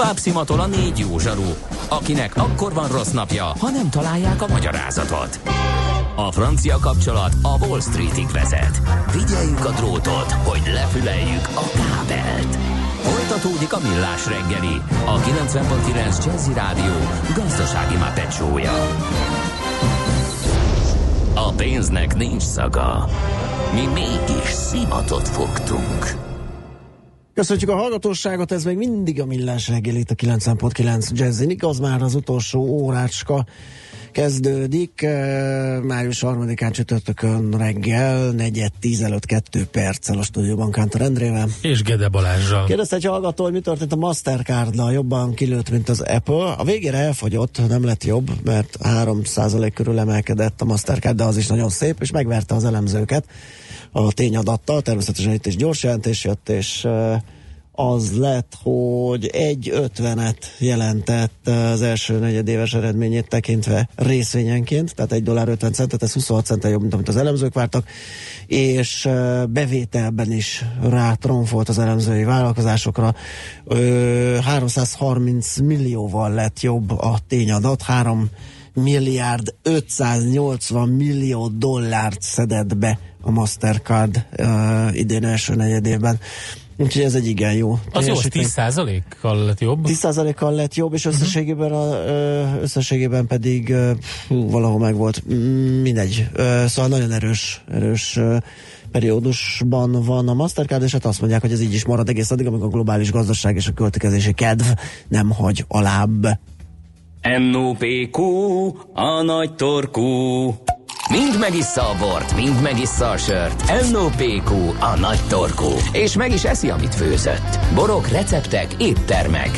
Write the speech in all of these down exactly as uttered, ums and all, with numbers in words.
Tovább szimatol a négy jó zsaru, akinek akkor van rossz napja, ha nem találják a magyarázatot. A francia kapcsolat a Wall Streetig vezet. Figyeljük a drótot, hogy lefüleljük a kábelt. Folytatódik a Millás reggeli, a kilencven pont kilenc Jazzy Rádió gazdasági mápecsója. A pénznek nincs szaga. Mi mégis szimatot fogtunk. Köszönjük a hallgatóságot, ez még mindig a Millás reggel itt a kilencven pont kilenc Jazzin. Igaz, már az utolsó órácska kezdődik. május harmadikán csütörtökön reggel, negyed tíz előtt kettő perccel a stúdióban Kántor Endrével. És Gede Balázsral. Kérdezte egy hallgató, hogy mi történt a Mastercarddal, jobban kilőtt, mint az Apple. A végére elfogyott, nem lett jobb, mert három százalék körül emelkedett a Mastercard, de az is nagyon szép, és megverte az elemzőket a tényadattal. Természetesen itt is gyors jelentés jött, és az lett, hogy egy ötvenet jelentett az első negyedéves eredményét tekintve részvényenként, tehát egy dollár ötven centet, ez huszonhat centtel jobb, mint amit az elemzők vártak, és bevételben is rátronfolt az elemzői vállalkozásokra. háromszázharminc millióval lett jobb a tényadat, három milliárd ötszáznyolcvan millió dollárt szedett be a Mastercard uh, idén első negyedében. Úgyhogy ez egy igen jó. Az jó, tíz százalékkal lett jobb? tíz százalékkal lett jobb, és összességében, a, összességében pedig hú, valahol meg volt. Mindegy. Szóval nagyon erős, erős periódusban van a Mastercard, és hát azt mondják, hogy ez így is marad egész addig, amíg a globális gazdaság és a költekezési kedv nem hagy alább. en o pé kú, a nagy torkú. Mind megissza a bort, mind megissza a sört. en o pé kú, a nagy torkú. És meg is eszi, amit főzött. Borok, receptek, éttermek.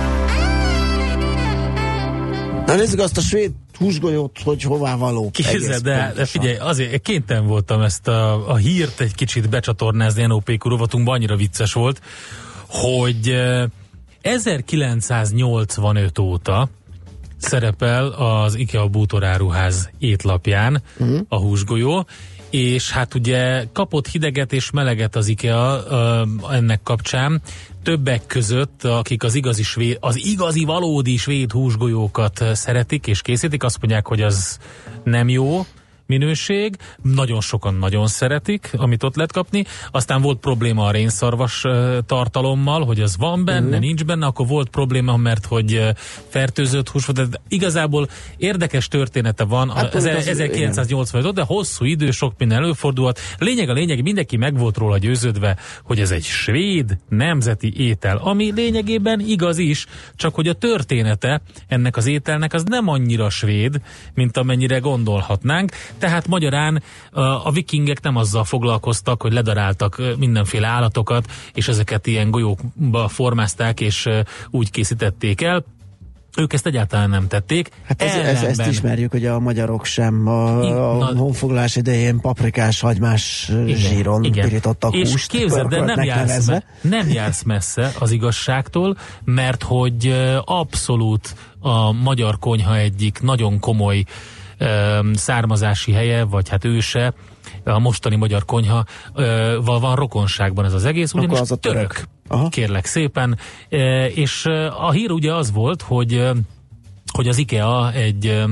Na nézzük azt a svéd húsgolyót, hogy hová való. Képzeld, de, de figyelj, azért kénytelen voltam ezt a, a hírt egy kicsit becsatornázni en o pé kú rovatunkban, annyira vicces volt, hogy ezerkilencszáznyolcvanöt óta szerepel az IKEA bútoráruház étlapján uh-huh. a húsgolyó, és hát ugye kapott hideget és meleget az IKEA uh, ennek kapcsán, többek között, akik az igazi, svéd, az igazi valódi svéd húsgolyókat szeretik és készítik, azt mondják, hogy az nem jó minőség, nagyon sokan nagyon szeretik, amit ott lehet kapni, aztán volt probléma a rénszarvas uh, tartalommal, hogy az van benne, uh-huh. nincs benne, akkor volt probléma, mert hogy uh, fertőzött hús volt, de igazából érdekes története van, hát, az ezerkilencszáznyolcvanöt, de hosszú idő, sok minden előfordulhat. Lényeg a lényeg, mindenki meg volt róla győződve, hogy ez egy svéd nemzeti étel, ami lényegében igaz is, csak hogy a története ennek az ételnek az nem annyira svéd, mint amennyire gondolhatnánk. Tehát magyarán a vikingek nem azzal foglalkoztak, hogy ledaráltak mindenféle állatokat, és ezeket ilyen golyókba formázták, és úgy készítették el. Ők ezt egyáltalán nem tették. Hát ez, ez, ezt ismerjük, hogy a magyarok sem a, a honfoglalás idején paprikás, hagymás igen, zsíron igen. pirítottak és húst. És képzeld, de nem jársz, me- nem jársz messze az igazságtól, mert hogy abszolút a magyar konyha egyik nagyon komoly származási helye, vagy hát őse, a mostani magyar konyha val van rokonságban ez az egész, ugyanis az a török, török. Aha. Kérlek szépen, és a hír ugye az volt, hogy hogy az IKEA egy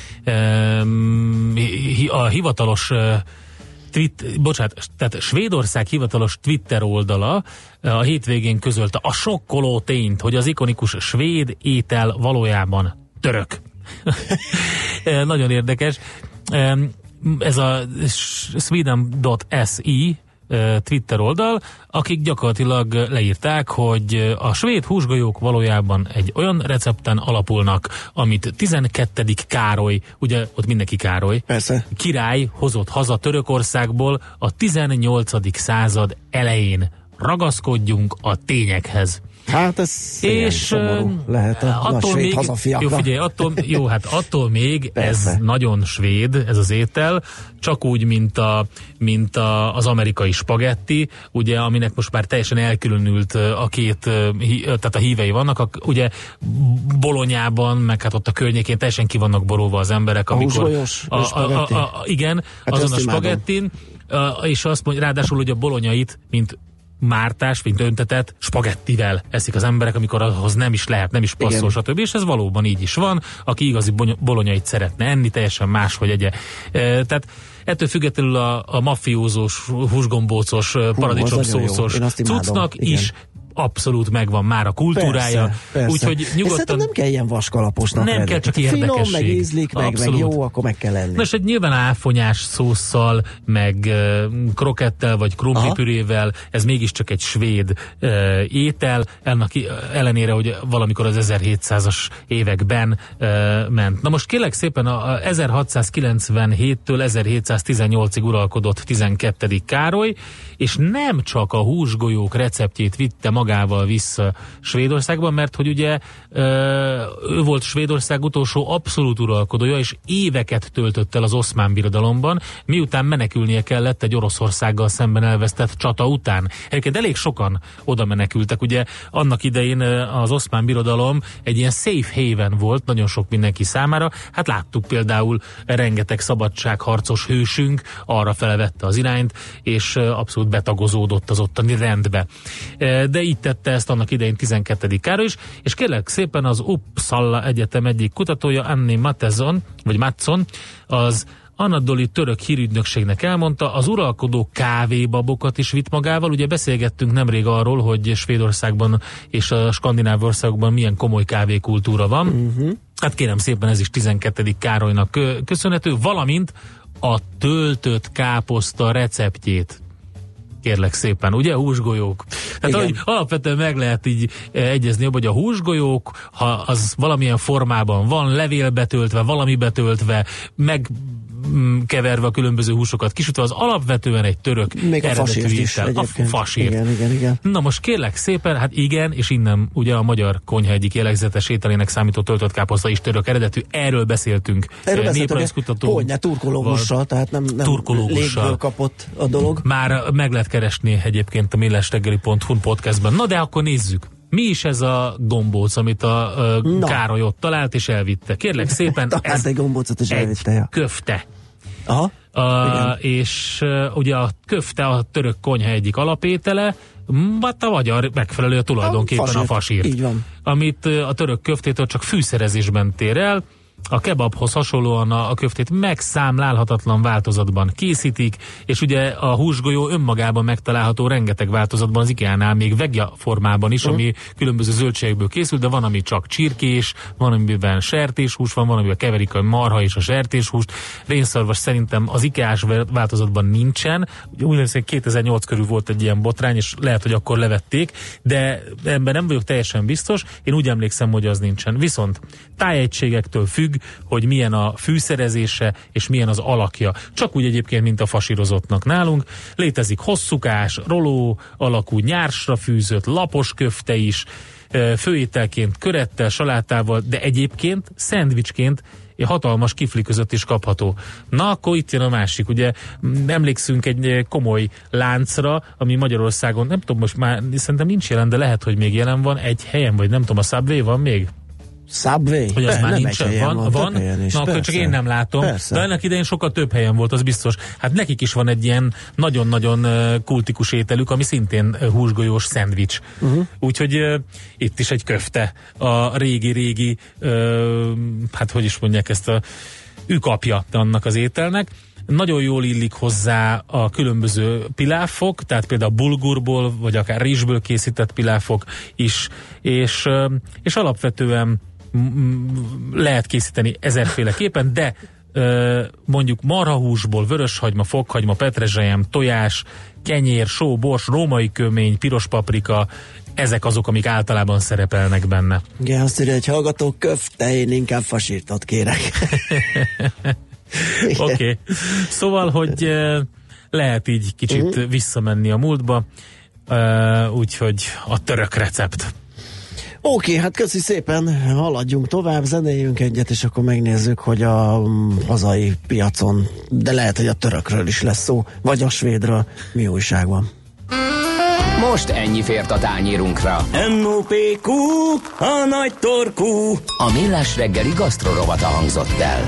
a hivatalos Twitter, bocsánat, tehát Svédország hivatalos Twitter oldala a hétvégén közölte a sokkoló tényt, hogy az ikonikus svéd étel valójában török. Nagyon érdekes. Ez a sweden dot es i Twitter oldal, akik gyakorlatilag leírták, hogy a svéd húsgolyók valójában egy olyan recepten alapulnak, amit tizenkettedik Károly, ugye ott mindenki Károly, persze, király hozott haza Törökországból a tizennyolcadik század elején. Ragaszkodjunk a tényekhez. Hát ez és lehet a attól svéd még, hazafiakra. Jó, figyelj, attól, jó, hát attól még ez nagyon svéd, ez az étel, csak úgy, mint, a, mint a, az amerikai spagetti, ugye, aminek most már teljesen elkülönült a két, tehát a hívei vannak, a, ugye Bolonyában, meg hát ott a környékén teljesen ki vannak borulva az emberek, amikor a, a, a, a, a, igen, hát azon a spagettin, a, és azt mondja, ráadásul, hogy a bolonyait, mint mártás, mint öntetet spagettivel eszik az emberek, amikor ahhoz nem is lehet, nem is passzol, stb. És ez valóban így is van. Aki igazi bolonyait szeretne enni, teljesen máshogy egye. E, tehát ettől függetlenül a, a mafiózós, húsgombócos, paradicsomszószos cuccnak is abszolút megvan már a kultúrája. Persze, persze. Úgyhogy nyugodtan... nem kell ilyen vaskalaposnak Nem lenni. kell, csak érdekesség. Finom, meg ízlik, meg, meg jó, akkor meg kell lenni. Nos, egy nyilván áfonyás szósszal, meg uh, krokettel, vagy krumplipürével, ez mégiscsak egy svéd uh, étel, ennek ellenére, hogy valamikor az ezerhétszázas években uh, ment. Na most kérlek szépen a ezerhatszázkilencvenhéttől ezerhétszáztizennyolcig uralkodott tizenkettedik Károly, és nem csak a húsgolyók receptjét vitte magával vissza Svédországban, mert hogy ugye ő volt Svédország utolsó abszolút uralkodója, és éveket töltött el az Oszmán Birodalomban, miután menekülnie kellett egy Oroszországgal szemben elvesztett csata után. Egyébként elég sokan oda menekültek, ugye annak idején az Oszmán Birodalom egy ilyen safe haven volt nagyon sok mindenki számára, hát láttuk például rengeteg szabadságharcos hősünk arra felvette az irányt, és abszolút betagozódott az ottani rendbe. De így tette ezt annak idején tizenkettedik Károly is, és kérlek szépen az Uppsala Egyetem egyik kutatója, Anni Mattsson, vagy Mattsson, az anadoli török hírügynökségnek elmondta, az uralkodó kávébabokat is vitt magával. Ugye beszélgettünk nemrég arról, hogy Svédországban és a skandináv országokban milyen komoly kávékultúra van. Uh-huh. Hát kérem szépen, ez is tizenkettedik Károlynak köszönhető, valamint a töltött káposzta receptjét. Kérlek szépen, ugye húsgolyók? Tehát ahogy alapvetően meg lehet így egyezni, hogy a húsgolyók, ha az valamilyen formában van, levélbe töltve, valamibe töltve, meg keverve a különböző húsokat kisütve, az alapvetően egy török még eredetű a is étel. A fasírt. Igen, igen, igen. Na most kérlek szépen, hát igen, és innen ugye a magyar konyha egyik jellegzetes ételének számító töltött káposzta is török eredetű. Erről beszéltünk. Erről beszéltünk, hogyne, turkológussal, tehát nem, nem légből kapott a dolog. Már meg lehet keresni egyébként a millásreggeli pont hu podcastben. Na de akkor nézzük. Mi is ez a gombóc, amit a, a Károly ott talált és elvitte? Kérlek szépen, ez egy gombócot is elvitte, ja. köfte. Aha. Uh, és uh, ugye a köfte a török konyha egyik alapétele, hát a magyar megfelelő tulajdonképpen a fasírt, a fasírt így van. Amit uh, a török köftétől csak fűszerezésben tér el. A kebabhoz hasonlóan a, a köftét megszámlálhatatlan változatban készítik, és ugye a húsgolyó önmagában megtalálható rengeteg változatban, az IKEA-nál még veggia formában is, ami különböző zöldségekből készül, de van, ami csak csirkés, van, amiben sertéshús van, van, amiben keverik a marha és a sertéshúst. Rénszarvas szerintem az IKEA-s változatban nincsen. Úgy lesz, hogy kétezer-nyolc körül volt egy ilyen botrány, és lehet, hogy akkor levették, de ebben nem vagyok teljesen biztos. Én úgy emlékszem, hogy az nincsen. Viszont tájegységektől függ, hogy milyen a fűszerezése és milyen az alakja. Csak úgy egyébként, mint a fasírozottnak nálunk. Létezik hosszúkás, roló alakú, nyársra fűzött, lapos köfte is, főételként körettel, salátával, de egyébként szendvicsként hatalmas kifli között is kapható. Na, akkor itt jön a másik. Ugye emlékszünk egy komoly láncra, ami Magyarországon, nem tudom, most már szerintem nincs jelen, de lehet, hogy még jelen van egy helyen, vagy nem tudom, a Subway van még? Subway? Hogy az Be, már nem nincs, egy van, van, van? Na, akkor persze. Csak én nem látom. Persze. De ennek idején sokkal több helyen volt, az biztos. Hát nekik is van egy ilyen nagyon-nagyon kultikus ételük, ami szintén húsgolyós szendvics. Uh-huh. Úgyhogy uh, itt is egy köfte. A régi-régi, uh, hát hogy is mondják ezt, a ükapja annak az ételnek. Nagyon jól illik hozzá a különböző piláfok, tehát például bulgurból, vagy akár rizsből készített piláfok is, és, és alapvetően lehet készíteni ezerféleképpen, de mondjuk marhahúsból, vöröshagyma, fokhagyma, petrezselyem, tojás, kenyér, só, bors, római kömény, piros paprika, ezek azok, amik általában szerepelnek benne. Igen, azt írja, hogy hallgató köfte, én inkább fasírtot kérek. Oké. Okay. Szóval, hogy uh, lehet így kicsit uh-huh. visszamenni a múltba, uh, úgyhogy a török recept. Oké, okay, hát köszi szépen, haladjunk tovább, zenéljünk egyet, és akkor megnézzük, hogy a um, hazai piacon, de lehet, hogy a törökről is lesz szó, vagy a svédről, mi újság van. Most ennyi fért a tányérunkra. em o pé kú, a nagy torkú. A Millás reggeli gasztrorovata hangzott el.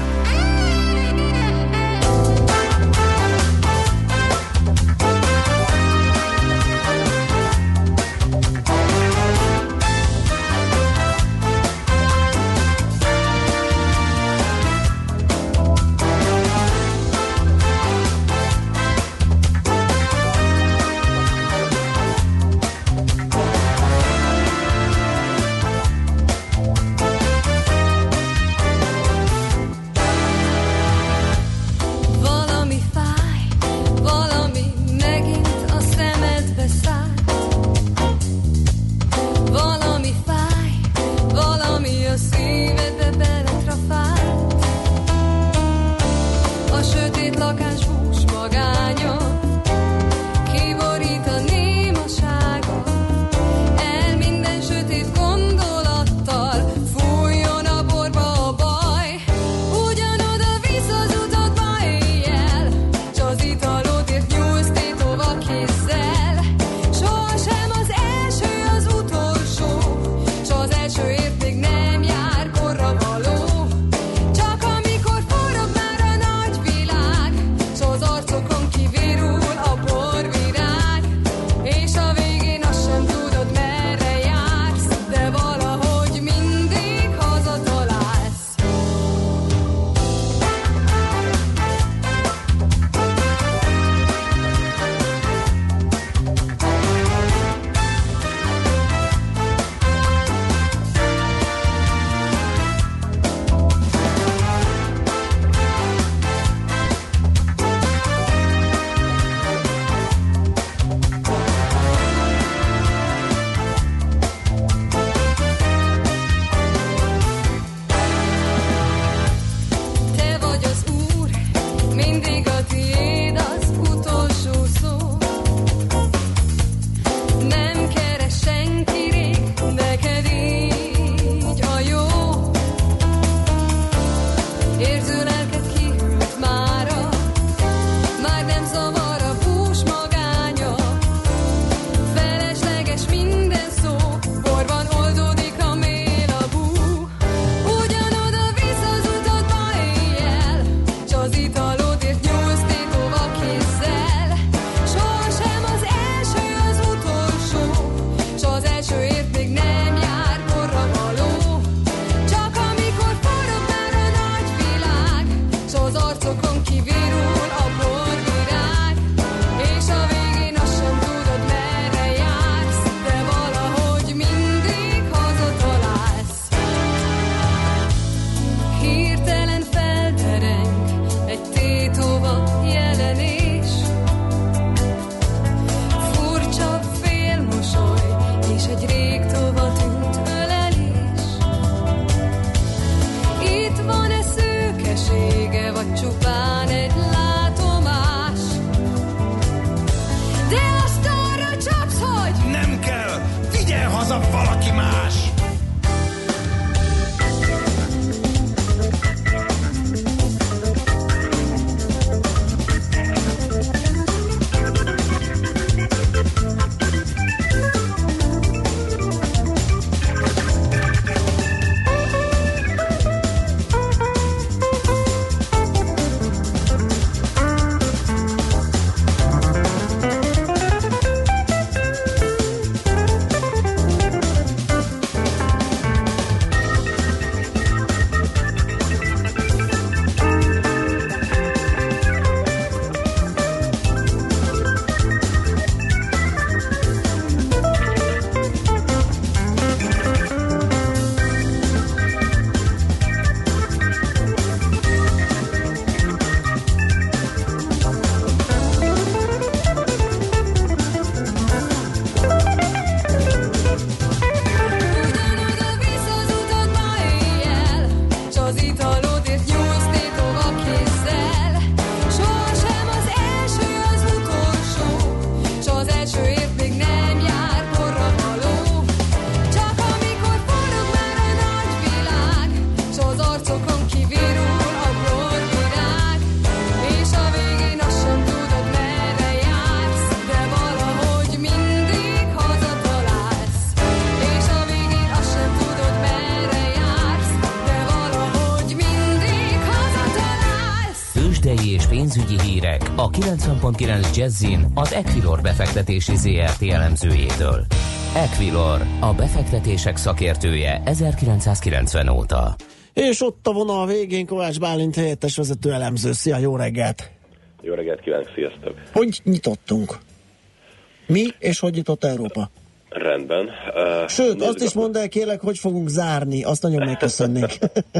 Tőzsdei és pénzügyi hírek a kilencven pont kilenc Jazzin az Equilor befektetési zé er té elemzőjétől. Equilor, a befektetések szakértője ezerkilencszázkilencven óta. És ott a vonal végén Kovács Bálint helyettes vezető elemző. Szia, jó reggelt! Jó reggelt kívánok, sziasztok! Hogy nyitottunk? Mi és hogy nyitott Európa? Rendben. Uh, Sőt, azt is mondd el, kérlek, hogy fogunk zárni. Azt nagyon megköszönnék.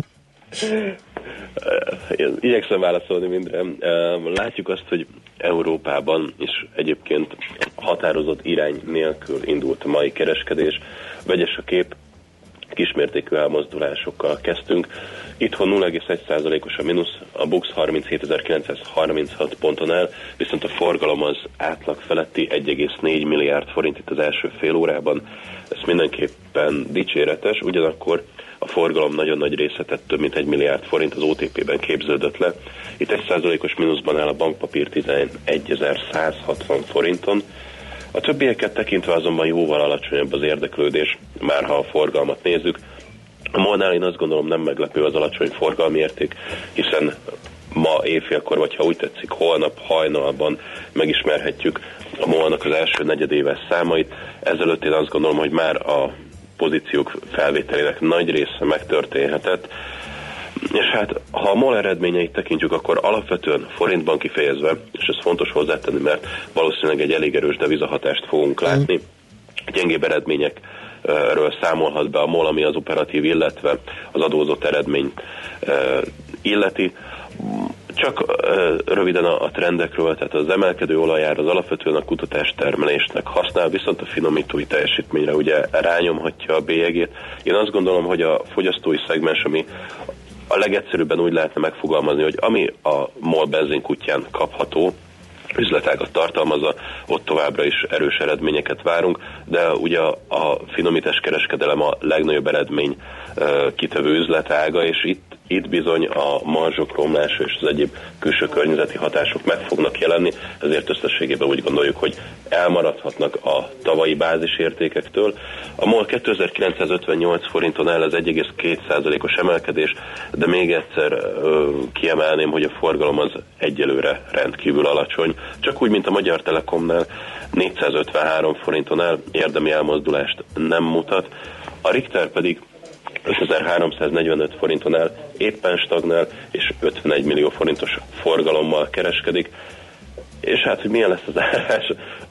Én igyekszem válaszolni mindre. Látjuk azt, hogy Európában is egyébként határozott irány nélkül indult a mai kereskedés. Vegyes a kép, kismértékű elmozdulásokkal kezdtünk. Itthon nulla egész egy százalékos a mínusz, a BUX harminchétezer-kilencszázharminchat ponton áll, viszont a forgalom az átlag feletti egy egész négy milliárd forint itt az első fél órában. Ez mindenképpen dicséretes, ugyanakkor a forgalom nagyon nagy része, tehát több mint egy milliárd forint az o té pé-ben képződött le. Itt egy százalékos mínuszban áll a bankpapír tizenegyezer-százhatvan forinton. A többieket tekintve azonban jóval alacsonyabb az érdeklődés, már ha a forgalmat nézzük. A MOL-nál én azt gondolom nem meglepő az alacsony forgalmi érték, hiszen ma éjfélkor, vagy ha úgy tetszik, holnap hajnalban megismerhetjük a MOL-nak az első negyedéves számait. Ezelőtt én azt gondolom, hogy már a pozíciók felvételének nagy része megtörténhetett, és hát ha a MOL eredményeit tekintjük, akkor alapvetően forintban kifejezve, és ez fontos hozzátenni, mert valószínűleg egy elég erős devizahatást fogunk látni, gyengébb eredményekről számolhat be a MOL, ami az operatív, illetve az adózott eredmény illeti. Csak röviden a trendekről, tehát az emelkedő olajár az alapvetően a kutatástermelésnek használ, viszont a finomítói teljesítményre ugye rányomhatja a bélyegét. Én azt gondolom, hogy a fogyasztói szegmens, ami a legegyszerűbben úgy lehetne megfogalmazni, hogy ami a MOL benzinkutyán kapható, üzletágat tartalmazza, ott továbbra is erős eredményeket várunk, de ugye a finomítás kereskedelem a legnagyobb eredmény kitevő üzletága, és itt, itt bizony a marzsok romlása és az egyéb külső környezeti hatások meg fognak jelenni, ezért összességében úgy gondoljuk, hogy elmaradhatnak a tavalyi bázisértékektől. A MOL kétezer-kilencszázötvennyolc forinton áll, ez egy egész két százalékos emelkedés, de még egyszer ö, kiemelném, hogy a forgalom az egyelőre rendkívül alacsony. Csak úgy, mint a Magyar Telekomnál négyszázötvenhárom forinton áll, érdemi elmozdulást nem mutat. A Richter pedig ötezer-háromszáznegyvenöt forinton áll, éppen stagnál, és ötvenegy millió forintos forgalommal kereskedik. És hát, hogy milyen lesz az árás,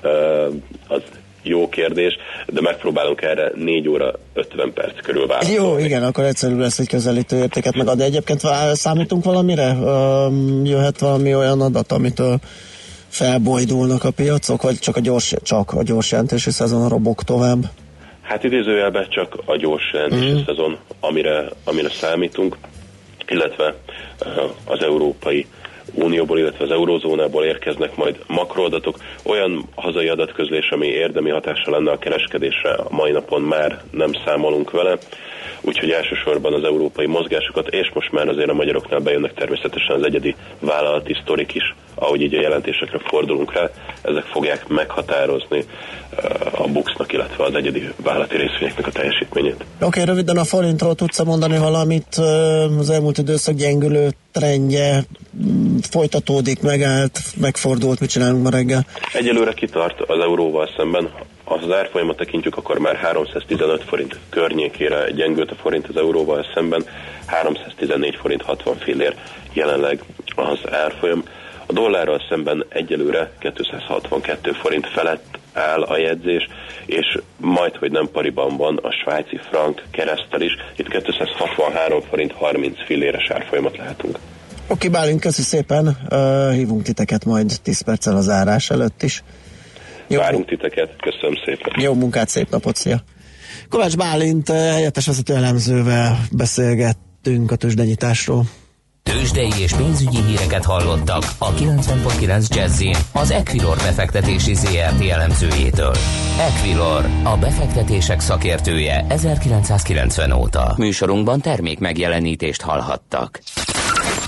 az jó kérdés, de megpróbálunk erre négy óra ötven perc körül válaszolni. Jó, igen, akkor egyszerűbb lesz egy közelítő értéket megadni. Egyébként számítunk valamire? Jöhet valami olyan adat, amitől felbojdulnak a piacok, vagy csak a gyors, csak a gyors jelentési szezon robog tovább? Hát idézőjelben csak a gyors jelentési mm. szezon, amire, amire számítunk, illetve az Európai Unióból, illetve az Eurózónából érkeznek majd makroadatok. Olyan hazai adatközlés, ami érdemi hatással lenne a kereskedésre, a mai napon már nem számolunk vele, úgyhogy elsősorban az európai mozgásokat, és most már azért a magyaroknál bejönnek természetesen az egyedi vállalati sztorik is, ahogy így a jelentésekre fordulunk rá, ezek fogják meghatározni a buxnak, illetve az egyedi vállalati részvényeknek a teljesítményét. Oké, okay, röviden a forintról tudsz mondani valamit? Az elmúlt időszak gyengülő trendje folytatódik, megállt, megfordult, mit csinálunk ma reggel? Egyelőre kitart az euróval szemben. Ha az árfolyamat tekintjük, akkor már háromszáztizenöt forint környékére gyengült a forint az euróval szemben, háromszáztizennégy forint hatvan fillér jelenleg az árfolyam. A dollárral szemben egyelőre kétszázhatvankettő forint felett áll a jegyzés, és majd, hogy nem pariban van a svájci frank kereszttel is. Itt kétszázhatvanhárom forint harminc filléres árfolyamat látunk. Oké, Bálint, köszi szépen. Uh, hívunk titeket majd tíz perccel az árás előtt is. Jó. Várunk titeket, köszönöm szépen. Jó munkát, szép napot, szia! Kovács Bálint helyettes vezető elemzővel beszélgettünk a tőzsdenyításról. Tőzsdei és pénzügyi híreket hallottak a kilencven pont kilenc Jazzin az Equilor befektetési zé er té elemzőjétől. Equilor, a befektetések szakértője ezerkilencszázkilencven óta. Műsorunkban termék megjelenítést hallhattak.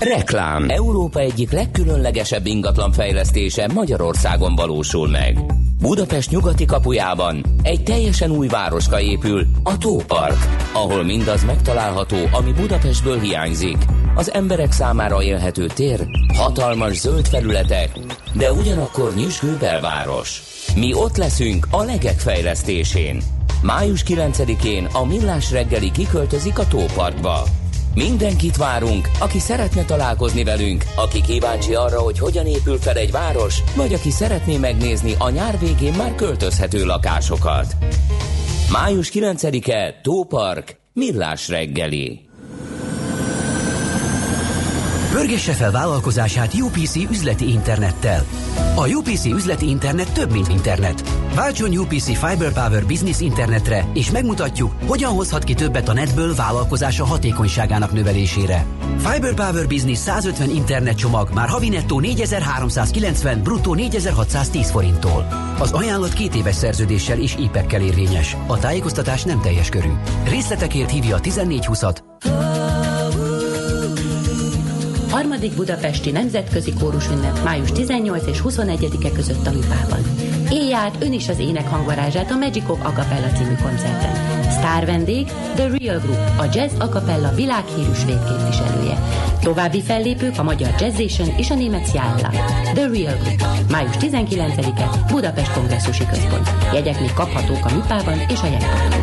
Reklám. Európa egyik legkülönlegesebb ingatlanfejlesztése Magyarországon valósul meg. Budapest nyugati kapujában egy teljesen új városka épül, a Tópark, ahol mindaz megtalálható, ami Budapestből hiányzik. Az emberek számára élhető tér, hatalmas zöld felületek, de ugyanakkor nyüzsgő belváros. Mi ott leszünk a legek fejlesztésén. május kilencedikén a Millás reggeli kiköltözik a Tóparkba. Mindenkit várunk, aki szeretne találkozni velünk, aki kíváncsi arra, hogy hogyan épül fel egy város, vagy aki szeretné megnézni a nyár végén már költözhető lakásokat. május kilencedike, Tópark, Millás reggeli. Pörgesse fel vállalkozását u pé cé üzleti internettel. A u pé cé üzleti internet több, mint internet. Váltson u pé cé Fiber Power Business internetre, és megmutatjuk, hogyan hozhat ki többet a netből vállalkozása hatékonyságának növelésére. Fiber Power Business százötven internet csomag már havi nettó négyezer-háromszázkilencven, bruttó négyezer-hatszáztíz forinttól. Az ajánlat két éves szerződéssel és í pekkel érvényes. A tájékoztatás nem teljes körű. Részletekért hívja a tizennégy húszat. Harmadik budapesti nemzetközi kórusünnep május tizennyolcadika és huszonegyedike között a Műpában. Élj át ön is az ének hangvarázsát a Magic of Acapella című koncerten. Sztár vendég The Real Group, a jazz acapella világhírű svéd képviselője. További fellépők a magyar Jazzation és a német Sjálland. The Real Group, május tizenkilencedike, Budapest Kongresszusi Központ. Jegyek még kaphatók a Műpában és a jegypáron.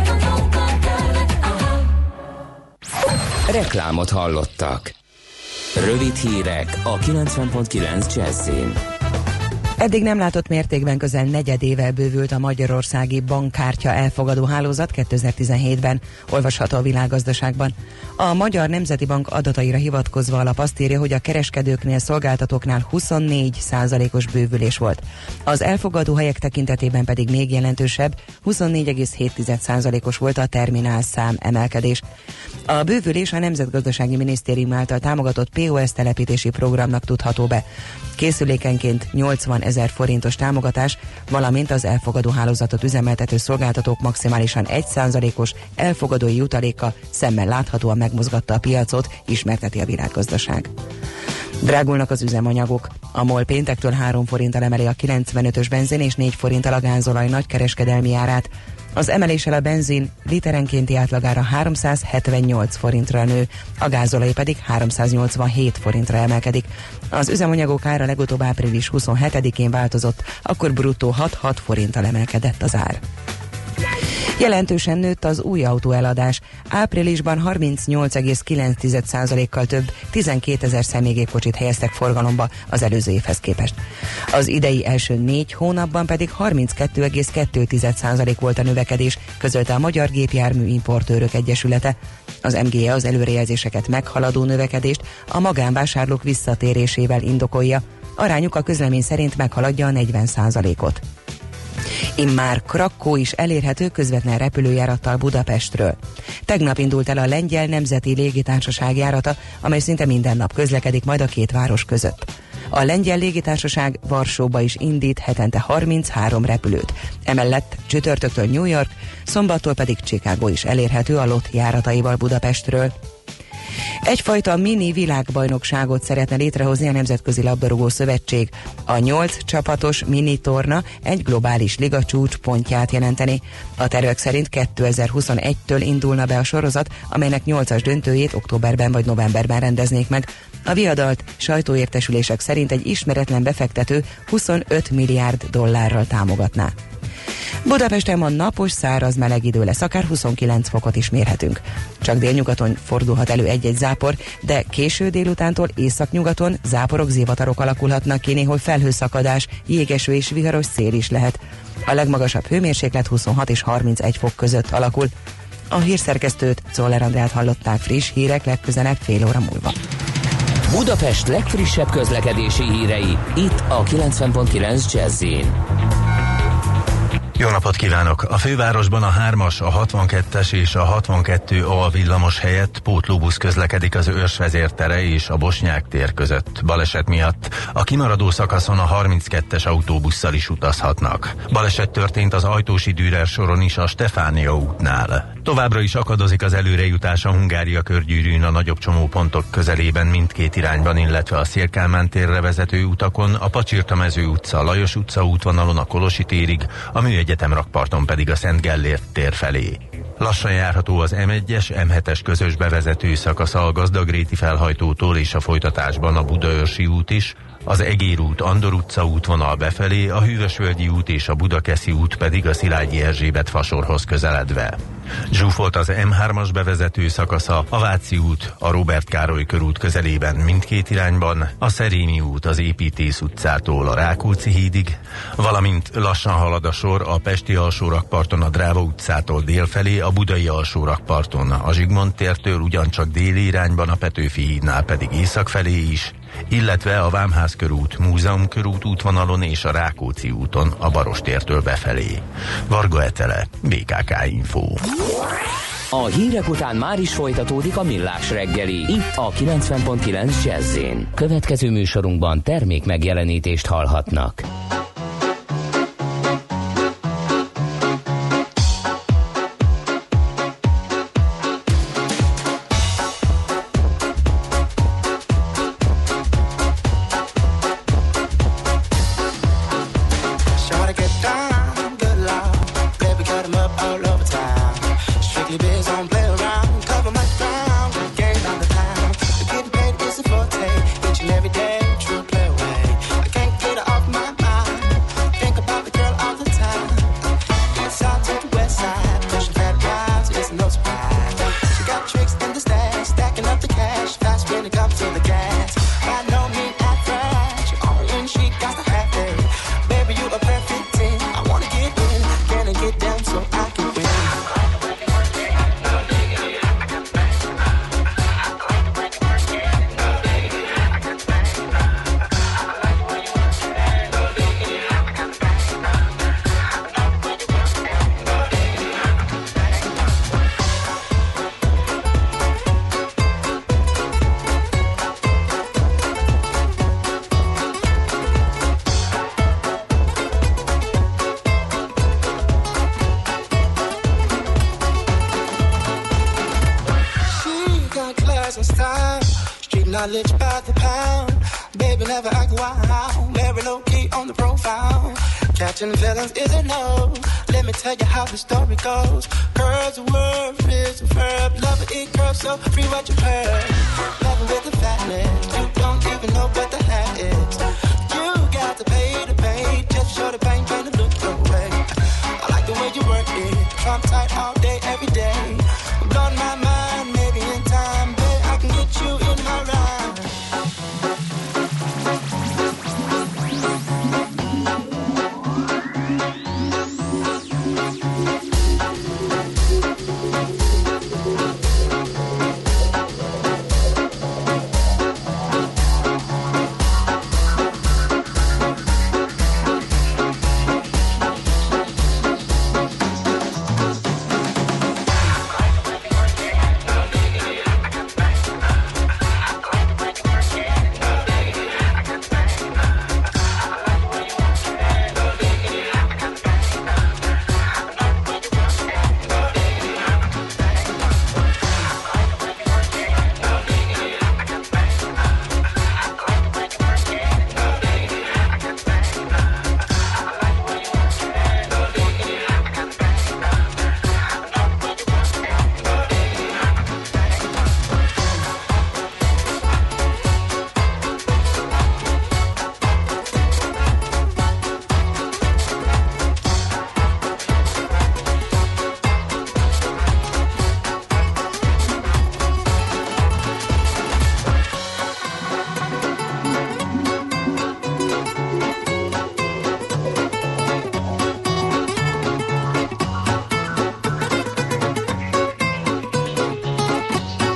Reklámot hallottak. Rövid hírek a kilencven pont kilenc Jazzin. Eddig nem látott mértékben közel negyedével bővült a magyarországi bankkártya elfogadó hálózat kétezer-tizenhétben, olvasható a Világgazdaságban. A Magyar Nemzeti Bank adataira hivatkozva a lap azt írja, hogy a kereskedőknél, szolgáltatóknál huszonnégy százalékos bővülés volt. Az elfogadó helyek tekintetében pedig még jelentősebb, huszonnégy egész hét százalékos volt a terminálszám emelkedés. A bővülés a Nemzetgazdasági Minisztérium által támogatott pé o es telepítési programnak tudható be. Készülékenként nyolcvanezer forintos támogatás, valamint az elfogadó hálózatot üzemeltető szolgáltatók maximálisan egy százalékos elfogadói jutaléka szemmel láthatóan megmozgatta a piacot, ismerteti a Világgazdaság. Drágulnak az üzemanyagok. A MOL péntektől három forinttal emeli a kilencvenötös benzin és négy forinttal a gázolaj nagykereskedelmi árát. Az emeléssel a benzin literenkénti átlagára háromszázhetvennyolc forintra nő, a gázolaj pedig háromszáznyolcvanhét forintra emelkedik. Az üzemanyagok ára legutóbb április huszonhetedikén változott, akkor bruttó hat-hat forinttal emelkedett az ár. Jelentősen nőtt az új autóeladás. Áprilisban harmincnyolc egész kilenc százalékkal több, tizenkétezer személygépkocsit helyeztek forgalomba az előző évhez képest. Az idei első négy hónapban pedig harminckettő egész kettő százalék volt a növekedés, közölte a Magyar Gépjármű Importőrök Egyesülete. Az em gé e az előrejelzéseket meghaladó növekedést a magánvásárlók visszatérésével indokolja. Arányuk a közlemény szerint meghaladja a negyven százalékot. Immár Krakkó is elérhető közvetlen repülőjárattal Budapestről. Tegnap indult el a Lengyel Nemzeti Légitársaság járata, amely szinte minden nap közlekedik majd a két város között. A Lengyel Légitársaság Varsóba is indít hetente harminchárom repülőt. Emellett csütörtöktől New York, szombattól pedig Chicago is elérhető a LOT járataival Budapestről. Egyfajta mini világbajnokságot szeretne létrehozni a Nemzetközi Labdarúgó Szövetség. A nyolc csapatos mini torna egy globális liga csúcspontját jelenteni. A tervek szerint kétezer-huszonegytől indulna be a sorozat, amelynek nyolcas döntőjét októberben vagy novemberben rendeznék meg. A viadalt sajtóértesülések szerint egy ismeretlen befektető huszonöt milliárd dollárral támogatná. Budapesten ma napos, száraz, meleg idő lesz, akár huszonkilenc fokot is mérhetünk. Csak délnyugaton fordulhat elő egy-egy zápor, de késő délutántól északnyugaton záporok, zivatarok alakulhatnak ki, néhol felhőszakadás, jégeső és viharos szél is lehet. A legmagasabb hőmérséklet huszonhat és harmincegy fok között alakul. A hírszerkesztőt, Czoller Andrát hallották, friss hírek legközelebb fél óra múlva. Budapest legfrissebb közlekedési hírei, itt a kilencven pont kilenc Jazz-in. Jó napot kívánok! A fővárosban a hármas, a hatvankettes és a hatvankettő A villamos helyett pótlóbusz közlekedik az Őrsvezér tere és a Bosnyák tér között. Baleset miatt a kimaradó szakaszon a harminckettes autóbusszal is utazhatnak. Baleset történt az Ajtósi Dürer soron is a Stefánia útnál. Továbbra is akadozik az előrejutás a Hungária körgyűrűn a nagyobb csomópontok közelében mindkét irányban, illetve a Széll-Kálmán térre vezető utakon, a Pacsirtamező utca, a Lajos utca útvonalon a Kolosi térig, a Műegyetem rakparton pedig a Szent Gellért tér felé. Lassan járható az M egyes, M hetes közös bevezető szakasza a Gazdagréti felhajtótól és a folytatásban a Budaörsi út is, az Egér út, Andor utca útvonal befelé, a Hűvösvölgyi út és a Budakeszi út pedig a Szilágyi Erzsébet fasorhoz közeledve. Zsúfolt az M hármas bevezető szakasza, a Váci út, a Róbert Károly körút közelében mindkét irányban, a Szerémi út az Építész utcától a Rákóczi hídig, valamint lassan halad a sor a Pesti alsórakparton a Dráva utcától délfelé, a Budai alsórakparton a Zsigmond tértől ugyancsak déli irányban, a Petőfi hídnál pedig észak felé is, illetve a Vámház körút, Múzeum körút útvonalon és a Rákóczi úton a Barostértől befelé. Varga Etele, bé ká ká Info. A hírek után már is folytatódik a Millás reggeli, itt a kilencven pont kilenc Jazz-én. Következő műsorunkban termék megjelenítést hallhatnak. Knowledge by the pound, baby never act wild, very low key on the profile. Catching feelings is a no. Let me tell you how the story goes. Girls, the word is a verb. Love it, it curves, so free what you heard. Loving with the fatness, you don't even know what the hat is. You got to pay to pay, just show the pain, trying to look your way. I like the way you work it, Trump tight all day, every day. I'm blowing my mind, maybe in time, babe, I can get you in my ride.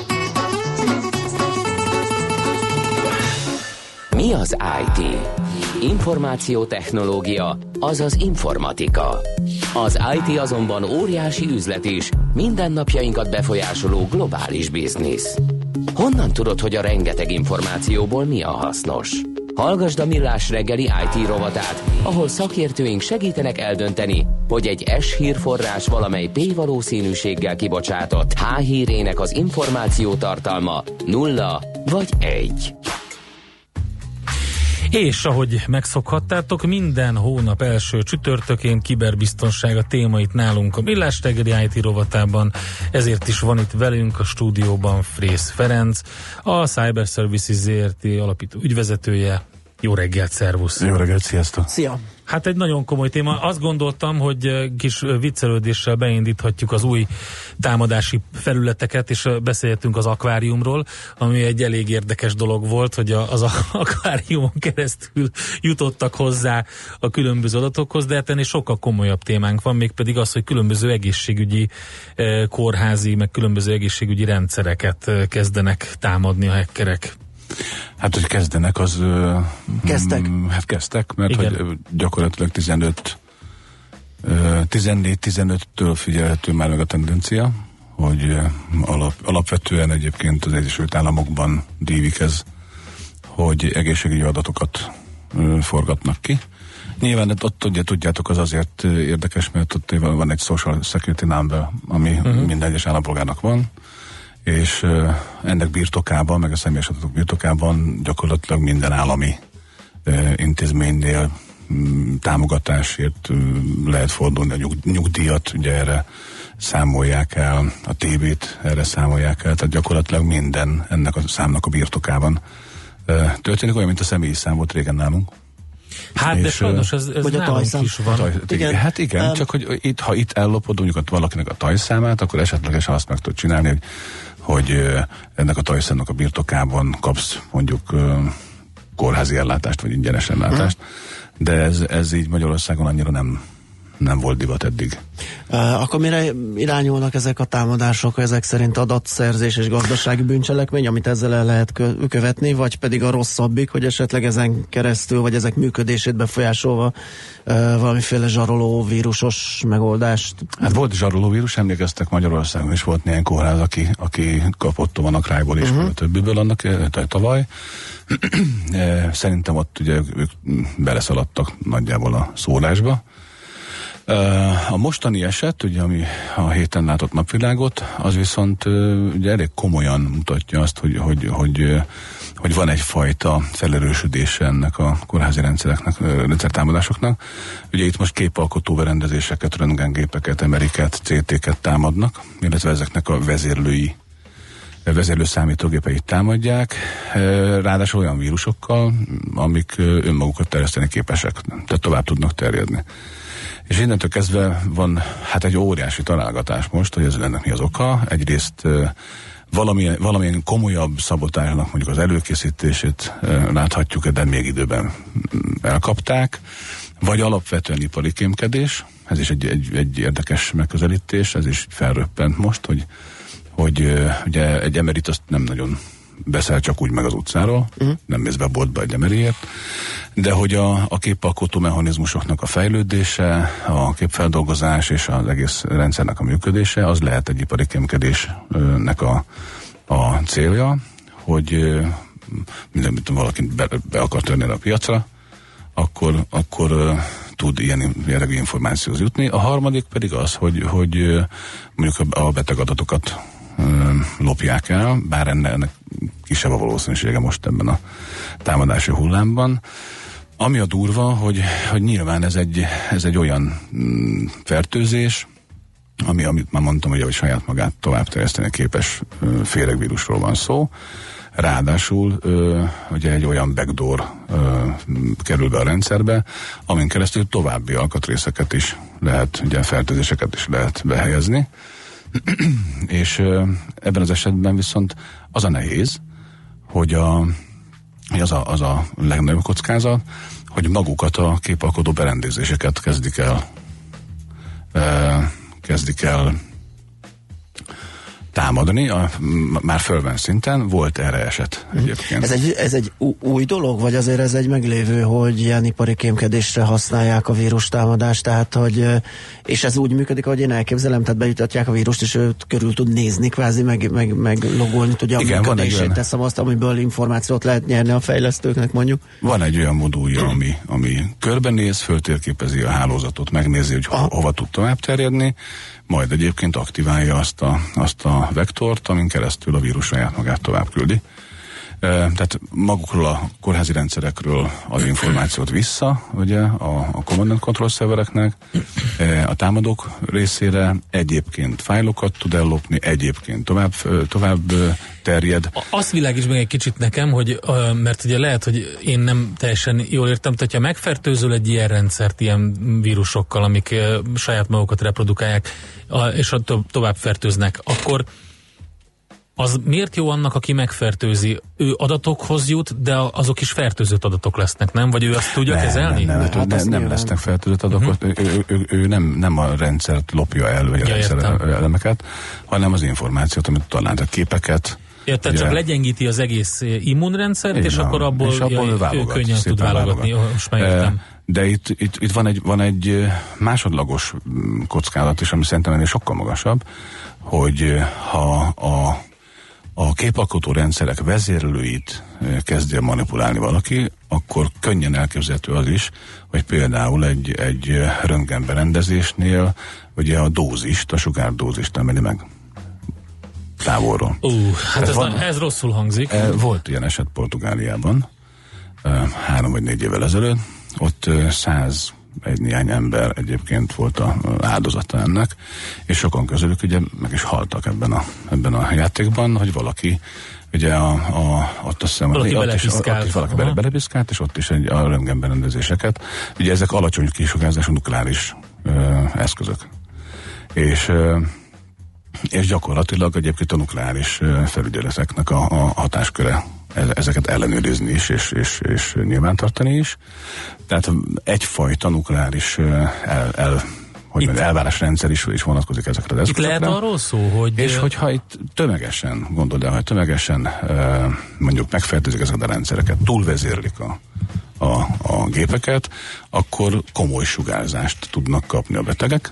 Mi az i té? Információtechnológia, azaz informatika. Az i té azonban óriási üzlet is, mindennapjainkat befolyásoló globális biznisz. Honnan tudod, hogy a rengeteg információból mi a hasznos? Hallgasd a Millás reggeli i té rovatát, ahol szakértőink segítenek eldönteni, hogy egy S-hírforrás valamely P-valószínűséggel kibocsátott H-hírének az információ tartalma nulla vagy egy. És ahogy megszokhattátok, minden hónap első csütörtökén kiberbiztonság a téma itt nálunk a Millás reggeli i té rovatában, ezért is van itt velünk a stúdióban Frész Ferenc, a Cyber Services zé er té alapító ügyvezetője. Jó reggelt, szervusz! Jó reggelt, sziasztok! Szia! Hát egy nagyon komoly téma. Azt gondoltam, hogy kis viccelődéssel beindíthatjuk az új támadási felületeket, és beszélhetünk az akváriumról, ami egy elég érdekes dolog volt, hogy az akváriumon keresztül jutottak hozzá a különböző adatokhoz, de hát ennél sokkal komolyabb témánk van, mégpedig az, hogy különböző egészségügyi kórházi, meg különböző egészségügyi rendszereket kezdenek támadni a hackerek. Hát, hogy kezdenek, az... Kezdtek? Mm, hát kezdtek, mert hogy gyakorlatilag tizenöt, tizennégy tizenöttől figyelhető már meg a tendencia, hogy alap, alapvetően egyébként az Egyesült Államokban dívik ez, hogy egészségügyi adatokat ö, forgatnak ki. Nyilván ott ugye tudjátok, az azért érdekes, mert ott van egy Social Security Number, ami uh-huh. minden egyes állampolgárnak van, és uh, ennek birtokában, meg a személyes adatok birtokában gyakorlatilag minden állami uh, intézménynél um, támogatásért uh, lehet fordulni, a nyug, nyugdíjat ugye erre számolják el, a tévét erre számolják el, tehát gyakorlatilag minden ennek a számnak a birtokában uh, történik, olyan, mint a személyi szám volt régen nálunk. Hát, de sajnos ez, ez nálunk is van. Taj, igen. Hát igen, um, csak hogy itt, ha itt ellopod mondjuk valakinek a tajszámát, akkor esetlegesen azt meg tudod csinálni, hogy hogy ennek a tajszámnak a birtokában kapsz mondjuk kórházi ellátást, vagy ingyenes ellátást, de ez, ez így Magyarországon annyira nem, nem volt divat eddig. Uh, akkor mire irányulnak ezek a támadások, ezek szerint adatszerzés és gazdasági bűncselekmény, amit ezzel el lehet kö- követni, vagy pedig a rosszabbik, hogy esetleg ezen keresztül, vagy ezek működését befolyásolva uh, valamiféle zsaroló vírusos megoldást? Hát volt zsaroló vírus, emlékeztek, Magyarországon is volt néhány kórház, aki, aki kapott Tomanakrájból és uh-huh. többiből annak tavaly. Szerintem ott ugye ők beleszaladtak nagyjából a szólásba. A mostani eset, ugye, ami a héten látott napvilágot, az viszont ugye elég komolyan mutatja azt, hogy, hogy, hogy, hogy van egyfajta felerősödése ennek a kórházi rendszereknek, rendszertámadásoknak. Ugye itt most képalkotó berendezéseket, röntgengépeket, em er i-ket, cé té-ket támadnak, illetve ezeknek a vezérlői vezérlő számítógépeit támadják, ráadásul olyan vírusokkal, amik önmagukat terjeszteni képesek, tehát tovább tudnak terjedni. És innentől kezdve van hát egy óriási találgatás most, hogy ez ennek mi az oka. Egyrészt valamilyen, valamilyen komolyabb szabotásnak mondjuk az előkészítését láthatjuk, de még időben elkapták, vagy alapvetően ipari kémkedés, ez is egy, egy, egy érdekes megközelítés, ez is felröppent most, hogy, hogy ugye egy em er i-t azt nem nagyon beszel csak úgy meg az utcáról, uh-huh. nem mész be a boltba egy em er i-ért, de hogy a, a képalkotó mechanizmusoknak a fejlődése, a képfeldolgozás és az egész rendszernek a működése, az lehet egy ipari kémkedésnek a, a célja, hogy minden, mint valaki be, be akar törni a piacra, akkor, akkor uh, tud ilyen jellegű információhoz jutni. A harmadik pedig az, hogy, hogy uh, mondjuk a beteg adatokat uh, lopják el, bár ennek, ennek kisebb a valószínűsége most ebben a támadási hullámban. Ami a durva, hogy, hogy nyilván ez egy, ez egy olyan mm, fertőzés, ami, amit már mondtam, hogy, hogy saját magát tovább terjeszteni képes uh, féregvírusról van szó. Ráadásul ö, ugye egy olyan backdoor ö, kerül be a rendszerbe, amin keresztül további alkatrészeket is lehet, ugye fertőzéseket is lehet behelyezni. És ö, ebben az esetben viszont az a nehéz, hogy, a, hogy az, a, az a legnagyobb kockázat, hogy magukat a képalkotó berendezéseket kezdik el ö, kezdik el támadni, a, már fölben szinten volt erre eset egyébként. Ez egy, ez egy új dolog, vagy azért ez egy meglévő, hogy ilyen ipari kémkedésre használják a vírustámadást, tehát hogy, és ez úgy működik, ahogy én elképzelem, tehát bejutatják a vírust, és őt körül tud nézni, kvázi, meg, meg, meg logolni tudja a működését, teszem azt, amiből információt lehet nyerni a fejlesztőknek mondjuk. Van egy olyan modulja, ami, ami körbenéz, föltérképezi a hálózatot, megnézi, hogy ho, hova tud tovább terjedni, majd egyébként aktiválja azt a, azt a vektort, amin keresztül a vírus saját magát tovább küldi. E, tehát magukról a kórházi rendszerekről az információt vissza, ugye, a, a command and control szervereknek, e, a támadók részére egyébként fájlokat tud ellopni, egyébként tovább, tovább terjed. Azt világíts meg egy kicsit nekem, hogy, mert ugye lehet, hogy én nem teljesen jól értem, tehát ha megfertőzöl egy ilyen rendszert ilyen vírusokkal, amik saját magukat reprodukálják, és tovább fertőznek, akkor az miért jó annak, aki megfertőzi? Ő adatokhoz jut, de azok is fertőzött adatok lesznek, nem? Vagy ő azt tudja nem, kezelni? Nem, nem, hát nem, nem lesznek fertőzött adatok. Uh-huh. Ő, ő, ő, ő nem, nem a rendszert lopja el, vagy a ja, rendszer elemeket, hanem az információt, amit talált, a képeket. Ja, tehát csak legyengíti az egész immunrendszert, és akkor abból, és abból ja, ő, ő könnyen tud válogatni. Válogat. De itt, itt, itt van, egy, van egy másodlagos kockázat is, ami szerintem ennél sokkal magasabb, hogy ha a a képalkotó rendszerek vezérlőit kezdje manipulálni valaki, akkor könnyen elképzelhető az is, hogy például egy, egy röntgenberendezésnél ugye a dózist, a sugárdózist emeli meg távolról. Uh, hát ez, van, ez rosszul hangzik. Volt ilyen eset Portugáliában három vagy négy évvel ezelőtt, ott száz egy néhány ember egyébként volt a áldozata ennek, és sokan közülük ugye meg is haltak ebben a, ebben a játékban, hogy valaki ugye a, a, ott azt hiszem, valaki ott, is, ott is valaki bele, belepiszkált, és ott is egy, a röntgenberendezéseket. Ugye ezek alacsony kisugárzású nukleáris ö, eszközök. És ö, és gyakorlatilag egyébként a nukleáris felügyeleteknek a, a hatásköre ezeket ellenőrizni is, és, és, és nyilvántartani is. Tehát egyfajta nukleáris el, el, hogy mondjam, elvárásrendszer is, is vonatkozik ezekre az eszközökre. Itt lehet arról szó, hogy... És hogyha itt tömegesen, gondold el, hogy tömegesen mondjuk megfertőzik ezeket a rendszereket, túlvezérlik a, a, a gépeket, akkor komoly sugárzást tudnak kapni a betegek,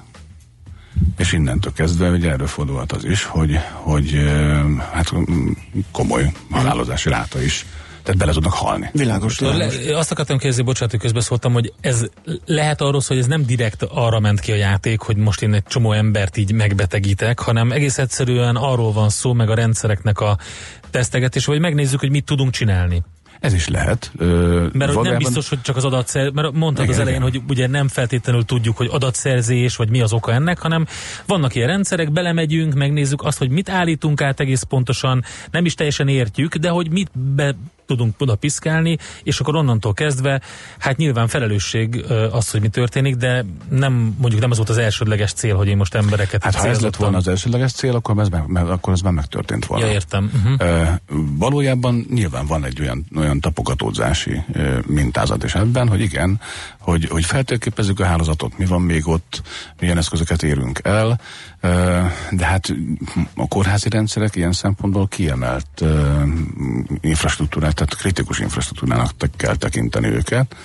és innentől kezdve ugye erről fordulhat az is, hogy, hogy hát komoly halálozási ráta is, tehát bele tudnak halni. Világos. Le, azt akartam kérdezni, bocsánat, hogy közbeszóltam, hogy ez lehet arról szó, hogy ez nem direkt arra ment ki a játék, hogy most én egy csomó embert így megbetegítek, hanem egész egyszerűen arról van szó, meg a rendszereknek a tesztegetés, hogy megnézzük, hogy mit tudunk csinálni. Ez is lehet. Ö, mert valójában... nem biztos, hogy csak az adatszerzés, mert mondtad igen, az elején, igen. hogy ugye nem feltétlenül tudjuk, hogy adatszerzés, vagy mi az oka ennek, hanem vannak ilyen rendszerek, belemegyünk, megnézzük azt, hogy mit állítunk át egész pontosan, nem is teljesen értjük, de hogy mit be tudunk oda piszkálni, és akkor onnantól kezdve, hát nyilván felelősség az, hogy mi történik, de nem, mondjuk nem az volt az elsődleges cél, hogy én most embereket hát ha ez lett volna az elsődleges cél, akkor ez, meg, meg, akkor ez már megtörtént volna. Ja, értem. Uh-huh. E, valójában nyilván van egy olyan, olyan tapogatózási e, mintázat is ebben, hogy igen, hogy, hogy feltérképezzük a hálózatot, mi van még ott, milyen eszközöket érünk el, e, de hát a kórházi rendszerek ilyen szempontból kiemelt e, infrastruktúrát, tehát kritikus infrastruktúrának kell tekinteni őket.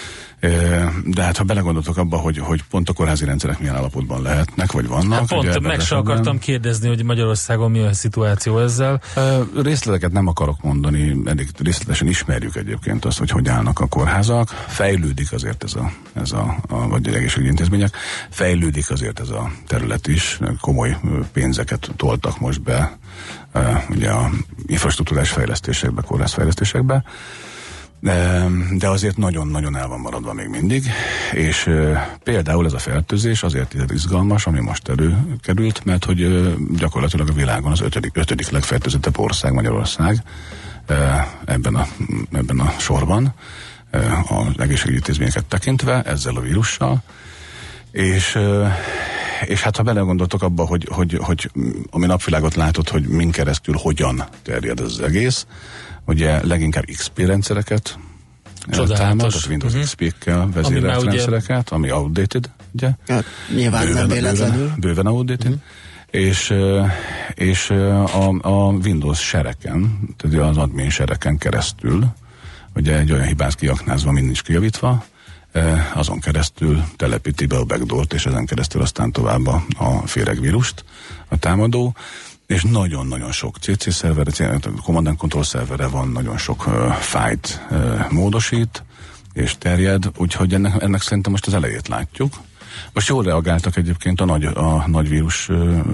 De hát ha belegondoltok abba, hogy, hogy pont a kórházi rendszerek milyen állapotban lehetnek, vagy vannak. Hát pont, meg se akartam kérdezni, hogy Magyarországon mi a szituáció ezzel. Részleteket nem akarok mondani, elég részletesen ismerjük egyébként azt, hogy hogy állnak a kórházak. Fejlődik azért ez a, ez a, a vagy egészségügyi intézmények, fejlődik azért ez a terület is, komoly pénzeket toltak most be ugye a infrastruktúrás fejlesztésekbe, kórházfejlesztésekbe, de, de azért nagyon-nagyon el van maradva még mindig, és e, például ez a fertőzés azért izgalmas, ami most előkerült, mert hogy e, gyakorlatilag a világon az ötödik, ötödik legfertőzöttebb ország Magyarország e, ebben, a, ebben a sorban, e, az egészségügyi intézményeket tekintve, ezzel a vírussal, és e, és hát ha belegondoltok abba, hogy, hogy, hogy ami napvilágot látott, hogy min keresztül hogyan terjed ez az egész, ugye leginkább iksz pé rendszereket támad, tehát Windows uh-huh. iksz pé-kkel vezérelt rendszereket, ami outdated, ugye? Hát, nyilván bőven, nem véletlenül. Bőven, bőven outdated. Uh-huh. és, és a, a Windows sereken, tehát az admin sereken keresztül, ugye egy olyan hibát kiaknázva, mind nincs kijavítva, azon keresztül telepíti be a backdoort, és ezen keresztül aztán tovább a, a féregvírust a támadó, és nagyon-nagyon sok cé cé szervere, Command and Control szervere van, nagyon sok uh, fájt uh, módosít, és terjed, úgyhogy ennek, ennek szerintem most az elejét látjuk. Most jól reagáltak egyébként a nagy, a nagy vírus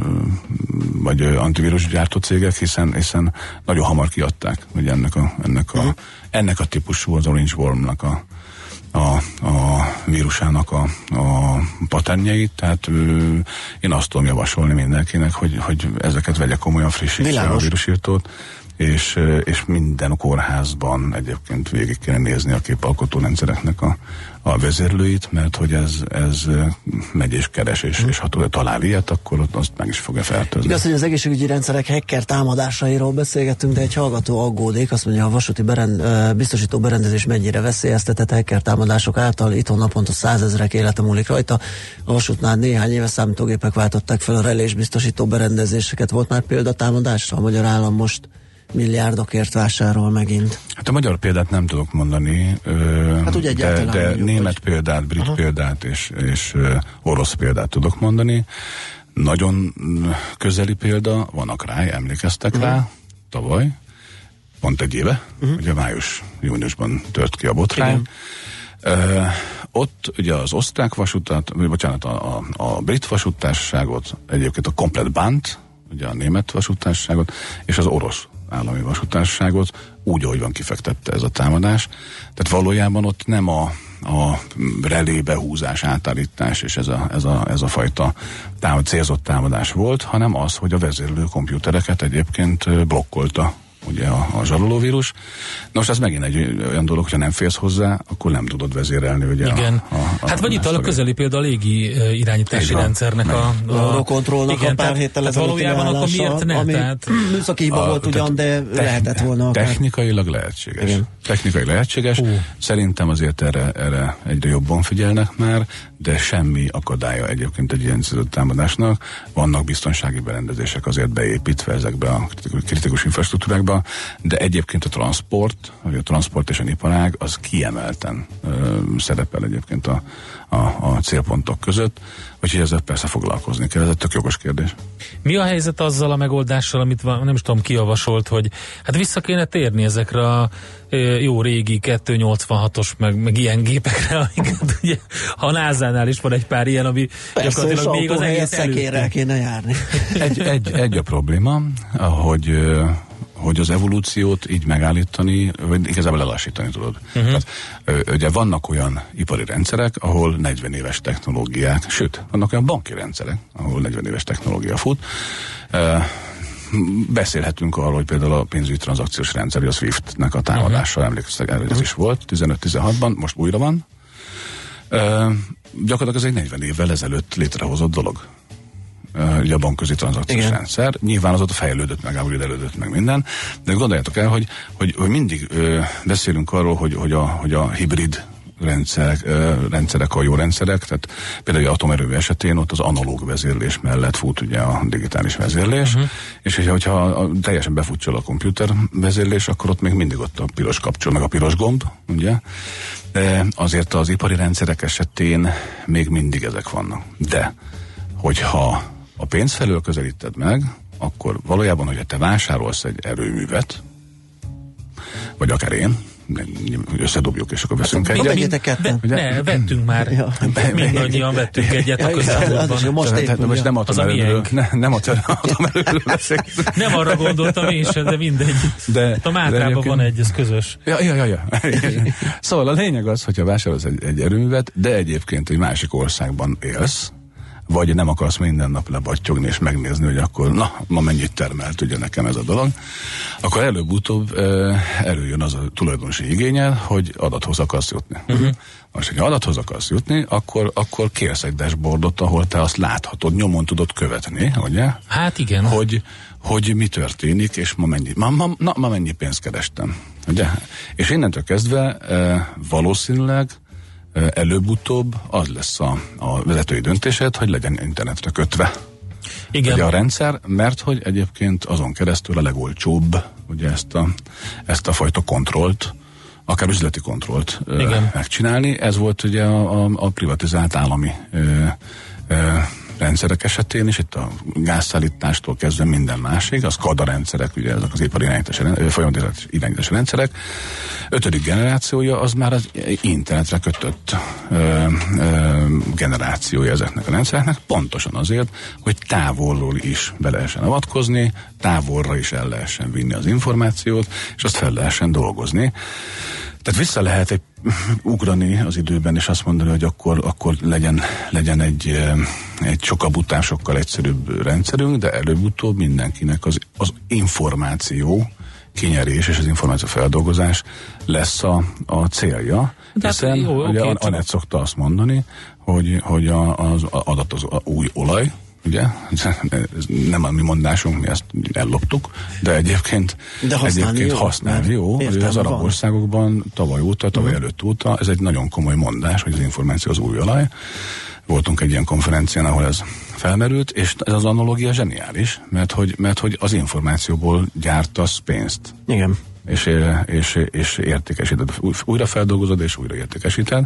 vagy antivírus gyártó cégek, hiszen, hiszen nagyon hamar kiadták, hogy ennek a, ennek a, ennek a típusú, az Orange Worm-nak a, a, a vírusának a, a patentjeit, tehát ő, én azt tudom javasolni mindenkinek, hogy, hogy ezeket vegye komolyan, frissítse a vírusírtót, és, és minden kórházban egyébként végig kell nézni a képalkotó rendszereknek a, a vezérlőit, mert hogy ez, ez megy és keres, és, és ha talál ilyet, akkor ott azt meg is fogja fertőzni. Igaz, hogy az egészségügyi rendszerek hacker támadásairól beszélgettünk, de egy hallgató aggódik, azt mondja, a vasúti berend, biztosító berendezés mennyire veszélyeztetett hacker támadások által, itthon naponta százezrek élete múlik rajta. A vasútnál néhány éve számítógépek váltották fel a relés biztosító berendezéseket. Volt már példa támadásra? A magyar állam most milliárdokért vásárol megint. Hát a magyar példát nem tudok mondani, hát ugye de, de mondjuk, német hogy... példát, brit Aha. példát és, és orosz példát tudok mondani. Nagyon közeli példa, van a Kráj, emlékeztek uh-huh. rá, tavaly, pont egy éve, uh-huh. ugye május-júniusban tört ki a botrány. Uh, ott ugye az osztrák vasutat, vagy bocsánat, a, a, a brit vasúttársaságot, egyébként a komplet Bánt, ugye a német vasúttársaságot, és az orosz állami vasúttársaságot úgy, ahogy van kifektette ez a támadás. Tehát valójában ott nem a, a relé behúzás, átállítás és ez a, ez a, ez a fajta támad, célzott támadás volt, hanem az, hogy a vezérlő komputereket egyébként blokkolta ugye a, a zsarolóvírus. Na most ez megint egy olyan dolog, hogyha nem félsz hozzá, akkor nem tudod vezérelni ugye igen. A, a, a hát vagy itt a közeli példa a légi uh, irányítási van, rendszernek meg. a... a Eurocontrolnak a pár héttel ezelőtti valójában akkor miért ne? Ami tehát, műszaki hiba volt ugyan, de techni- lehetett volna akár. Technikailag lehetséges. Igen. Technikai lehetséges. Uh. Szerintem azért erre, erre egyre jobban figyelnek már, de semmi akadálya egyébként egy ilyen célzott támadásnak. Vannak biztonsági berendezések azért beépítve ezekbe a kritikus infrastruktúrákba, de egyébként a transport, vagy a transport és a iparág az kiemelten ö, szerepel egyébként a, a, a célpontok között, úgyhogy ezzel persze foglalkozni kell, ez egy tök jogos kérdés. Mi a helyzet azzal a megoldással, amit van, nem is tudom, ki javasolt, hogy hát vissza kéne térni ezekre a jó régi kettőszáznyolcvanhatos meg, meg ilyen gépekre, amiket ugye a názánál is van egy pár ilyen, ami persze, gyakorlatilag még az egész előtt kéne járni. Egy, egy, egy a probléma, hogy hogy az evolúciót így megállítani, vagy igazából lelassítani tudod. Uh-huh. Tehát, ugye vannak olyan ipari rendszerek, ahol negyven éves technológiák, sőt, vannak olyan banki rendszerek, ahol negyven éves technológia fut. Beszélhetünk arról, hogy például a pénzügyi tranzakciós rendszer, a SWIFT-nek a támadása, uh-huh. emlékeztek, erről uh-huh. is volt, tizenöt-tizenhatban, most újra van. Gyakorlatilag ez egy negyven évvel ezelőtt létrehozott dolog. Ugye a bankközi tranzakciós Igen. rendszer. Nyilván azóta fejlődött meg, upgrade-elődött meg minden, de gondoljátok el, hogy, hogy, hogy mindig ö, beszélünk arról, hogy, hogy, a, hogy a hibrid rendszerek, ö, rendszerek a jó rendszerek, tehát például az atomerőmű esetén ott az analóg vezérlés mellett fut ugye a digitális vezérlés, uh-huh. és hogyha a, teljesen befutcsol a komputer vezérlés, akkor ott még mindig ott a piros kapcsol, meg a piros gomb, ugye? De azért az ipari rendszerek esetén még mindig ezek vannak. De hogyha a pénz felől közelíted meg, akkor valójában, hogyha te vásárolsz egy erőművet, vagy akár én, összedobjuk, és akkor veszünk hát, egyet. De, de, ne, vettünk már. Ja. Mindannyian vettünk egyet a közelmúltban. Most nem atomerőről, nem atomerőről beszélünk. Nem arra gondoltam én sem, de mindegy. De, a Mátrában van egy, ez közös. Ja, ja, ja, ja. Szóval a lényeg az, hogyha vásárolsz egy, egy erőművet, de egyébként egy másik országban élsz, vagy nem akarsz minden nap lebattyogni és megnézni, hogy akkor na, ma mennyit termelt ugye nekem ez a dolog, akkor előbb-utóbb uh, előjön az a tulajdonosi igényel, hogy adathoz akarsz jutni. Uh-huh. Most, hogyha adathoz akarsz jutni, akkor, akkor kérsz egy dashboardot, ahol te azt láthatod, nyomon tudod követni, ugye? Hát igen. Hogy, hogy mi történik, és ma mennyi, ma, ma, na, ma mennyi pénzt kerestem, ugye? És innentől kezdve uh, valószínűleg előbb-utóbb az lesz a, a vezetői döntésed, hogy legyen internetre kötve. Igen. Ugye a rendszer, mert hogy egyébként azon keresztül a legolcsóbb ugye ezt a, ezt a fajta kontrollt, akár üzleti kontrollt ö, megcsinálni. Ez volt ugye a, a, a privatizált állami ö, ö, rendszerek esetén is, itt a gázszállítástól kezdve minden másig, az SCADA rendszerek, ugye ezek az ipari folyamatos irányítási rendszerek. Ötödik generációja az már az internetre kötött ö, ö, generációja ezeknek a rendszereknek, pontosan azért, hogy távolról is be lehessen avatkozni, távolra is el lehessen vinni az információt, és azt fel lehessen dolgozni. Tehát vissza lehet egy, ugrani az időben, és azt mondani, hogy akkor, akkor legyen, legyen egy, egy sokkal butásokkal egyszerűbb rendszerünk, de előbb-utóbb mindenkinek az, az információ kinyerés és az információ feldolgozás lesz a, a célja. De hiszen jó, ugye okay, Anett szokta azt mondani, hogy, hogy a, az adat az a új olaj, ugye? Ez nem a mi mondásunk, mi ezt elloptuk, de egyébként de használni egyébként jó. Használni jó. Értem, az arab országokban tavaly óta, tavaly uh-huh. előtt óta, ez egy nagyon komoly mondás, hogy az információ az új olaj. Voltunk egy ilyen konferencián, ahol ez felmerült, és ez az analógia zseniális, mert hogy, mert hogy az információból gyártasz pénzt. Igen. És, és, és értékesíted. Újra feldolgozod, és újra értékesíted.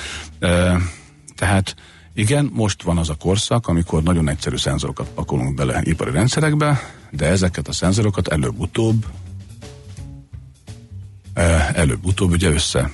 Tehát igen, most van az a korszak, amikor nagyon egyszerű szenzorokat pakolunk bele ipari rendszerekbe, de ezeket a szenzorokat előbb-utóbb előbb-utóbb ugye össze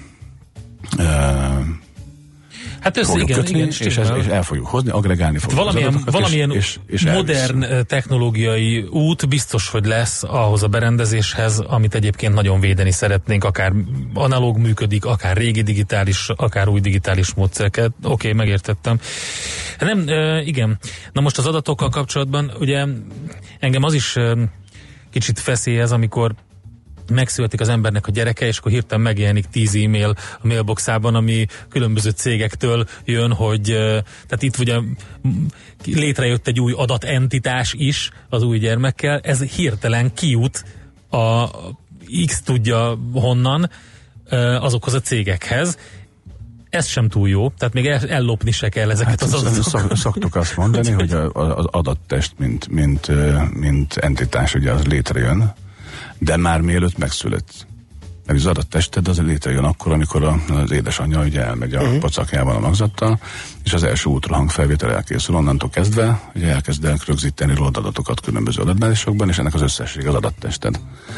Hát össze, igen, kötni, igen, és, és, és el fogjuk hozni, agregálni fogjuk hát valamilyen, valamilyen és, és, és modern elviszünk. Technológiai út biztos, hogy lesz ahhoz a berendezéshez, amit egyébként nagyon védeni szeretnénk, akár analóg működik, akár régi digitális, akár új digitális módszereket. Oké, okay, megértettem. Nem, igen. Na most az adatokkal kapcsolatban ugye engem az is kicsit feszélyez, amikor megszületik az embernek a gyereke, és akkor hirtelen megjelenik tíz e-mail a mailboxában, ami különböző cégektől jön, hogy tehát itt ugye létrejött egy új adatentitás is az új gyermekkel, ez hirtelen kijut a X tudja honnan azokhoz a cégekhez. Ez sem túl jó, tehát még ellopni se kell ezeket hát az adatokat. Szoktuk azt mondani, hogy az adattest, mint, mint, mint entitás, ugye az létrejön, de már mielőtt megszület. Mert az adattested az létrejön akkor, amikor az édesanyja ugye elmegy a uh-huh. pacakjában a magzattal, és az első ultrahang felvétel elkészül. Onnantól kezdve ugye elkezd el rögzíteni rólad adatokat különböző adatbázisokban, és ennek az összesség az adattested.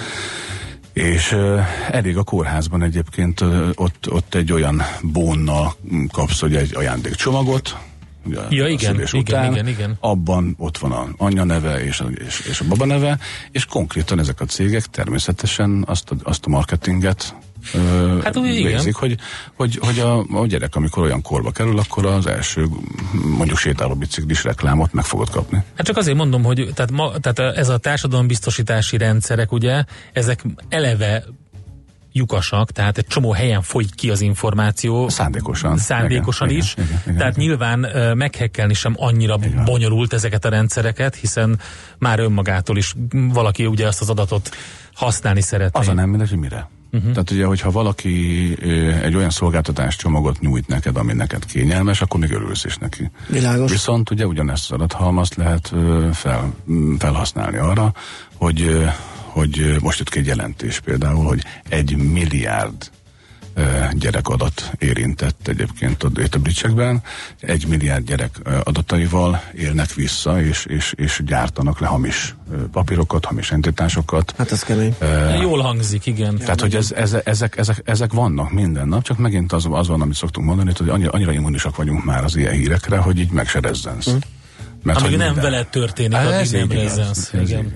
És uh, elég a kórházban egyébként uh, ott, ott egy olyan bónnal kapsz, hogy egy ajándékcsomagot, ugye, ja, igen, igen, után, igen, igen. Abban ott van a anya neve és a, és, és a baba neve, és konkrétan ezek a cégek természetesen azt a, azt a marketinget ö, hát, végzik, hogy, hogy, hogy a, a gyerek, amikor olyan korba kerül, akkor az első mondjuk sétáló biciklis reklámot meg fogod kapni. Hát csak azért mondom, hogy tehát, ma, tehát ez a társadalombiztosítási rendszerek, ugye, ezek eleve lyukasak, tehát egy csomó helyen folyik ki az információ. Szándékosan. Szándékosan igen, is. Igen, igen, igen, tehát igen. Nyilván uh, meghekkelni sem annyira igen. bonyolult ezeket a rendszereket, hiszen már önmagától is valaki ugye azt az adatot használni szeretné. Az a nem mindegy, hogy mire. Uh-huh. Tehát ugye, hogyha valaki egy olyan szolgáltatás csomagot nyújt neked, ami neked kényelmes, akkor még örülsz is neki. Világos. Viszont ugye ugyanezt az adathalmazt lehet fel, felhasználni arra, hogy hogy most jött ki egy jelentés például, hogy egy milliárd uh, gyerekadat érintett egyébként a databridge-ekben, egy milliárd gyerek uh, adataival élnek vissza, és, és, és gyártanak le hamis uh, papírokat, hamis entitásokat. Hát ez kemény. Uh, Jól hangzik, igen. Tehát, hogy ez, ez, ezek, ezek, ezek vannak minden nap, csak megint az, az van, amit szoktunk mondani, hogy annyira, annyira immunisak vagyunk már az ilyen hírekre, hogy így meg se rezzensz. Hmm. Mert amíg nem veled történik, addig nem rezzensz.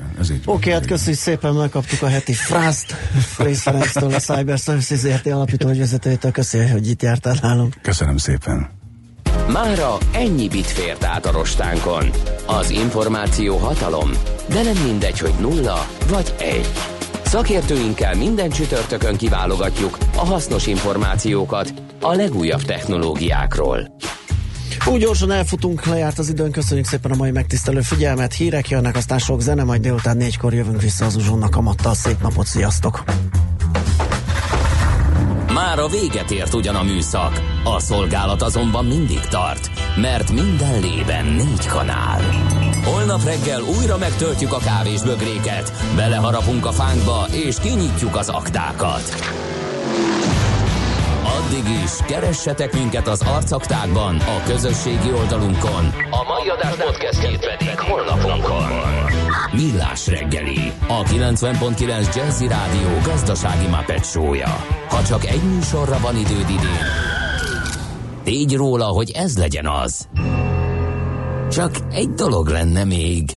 Oké, hát köszönjük szépen, megkaptuk a heti frászt Rész Ferenctől, a Cyber Services zé er té alapító vezetőjétől. Köszönjük, hogy itt jártál nálunk. Köszönöm szépen. Mára ennyi bit fért át a rostánkon. Az információ hatalom, de nem mindegy, hogy nulla vagy egy. Szakértőinkkel minden csütörtökön kiválogatjuk a hasznos információkat a legújabb technológiákról. Úgy gyorsan elfutunk, lejárt az időn, köszönjük szépen a mai megtisztelő figyelmet, hírek jönnek, aztán sok zene, majd délután négykor jövünk vissza az Uzsonnak kamattal. Szép napot, sziasztok! Már a véget ért ugyan a műszak, a szolgálat azonban mindig tart, mert minden lében négy kanál. Holnap reggel újra megtöltjük a kávésbögréket, beleharapunk a fánkba és kinyitjuk az aktákat. Addig is keressetek minket az arcaktákban, a közösségi oldalunkon. A mai adás podcastjét pedig honlapunkon. Millás reggeli, a kilencven pont kilenc Jazzy Rádió gazdasági Muppet show-ja. Ha csak egy műsorra van időd idén, tégy róla, hogy ez legyen az. Csak egy dolog lenne még.